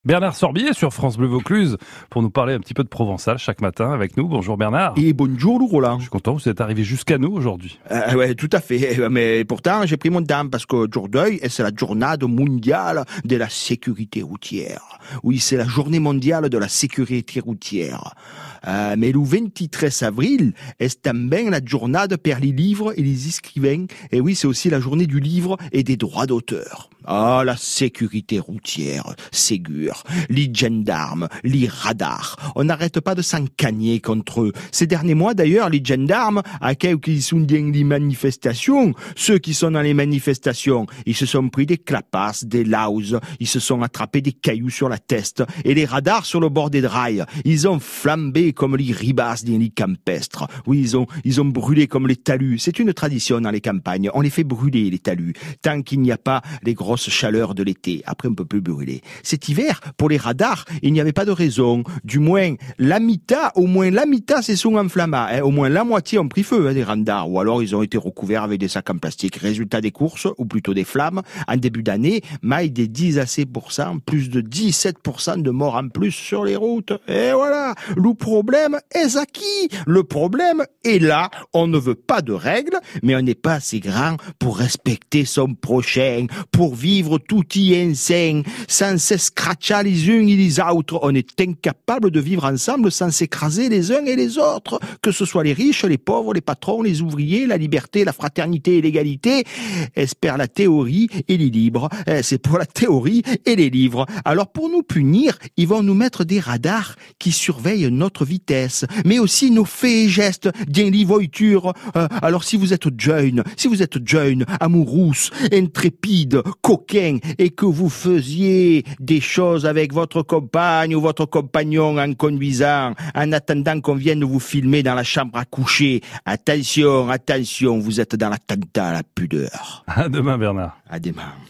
Bernard Sorbier sur France Bleu Vaucluse pour nous parler un petit peu de Provençal chaque matin avec nous. Bonjour Bernard. Et bonjour Roland. Je suis content, vous êtes arrivé jusqu'à nous aujourd'hui. Ouais, tout à fait. Mais pourtant, j'ai pris mon temps parce qu'aujourd'hui, c'est la journée mondiale de la sécurité routière. Oui, c'est la journée mondiale de la sécurité routière. Mais le 23 avril, est tambien la journée per les livres et les écrivains. Et oui, c'est aussi la journée du livre et des droits d'auteur. Ah, la sécurité routière, Ségur, les gendarmes, les radars. On n'arrête pas de s'encagner contre eux. Ces derniers mois, d'ailleurs, les gendarmes, à qui sont dans les manifestations, ceux qui sont dans les manifestations, ils se sont pris des clapasses, des lauses, ils se sont attrapés des cailloux sur la tête, et les radars sur le bord des drailles. Ils ont flambé comme les ribasses dans les campestres. Oui, ils ont brûlé comme les talus. C'est une tradition dans les campagnes. On les fait brûler, les talus, tant qu'il n'y a pas les grosses chaleurs de l'été. Après, on peut plus brûler. Cet hiver, pour les radars, il n'y avait pas de raison. Du moins, au moins la mitad se sont enflammés. Au moins la moitié ont pris feu, des radars. Ou alors, ils ont été recouverts avec des sacs en plastique. Résultat des courses, ou plutôt des flammes, en début d'année, maille des 10 à 16%, plus de 17% de morts en plus sur les routes. Et voilà. Le problème est acquis. Le problème est là. On ne veut pas de règles, mais on n'est pas assez grand pour respecter son prochain, pour vivre tout y ensemble, sans s'escratcher les uns et les autres. On est incapable de vivre ensemble sans s'écraser les uns et les autres, que ce soit les riches, les pauvres, les patrons, les ouvriers, la liberté, la fraternité et l'égalité. Espère la théorie et les livres. C'est pour la théorie et les livres. Alors pour nous punir, ils vont nous mettre des radars qui surveillent notre vitesse, mais aussi nos faits et gestes dans les voitures. Alors si vous êtes jeune, amoureux, intrépide, coquin, et que vous faisiez des choses avec votre compagne ou votre compagnon en conduisant, en attendant qu'on vienne vous filmer dans la chambre à coucher, attention, vous êtes dans l'attentat à la pudeur. À demain Bernard. À demain.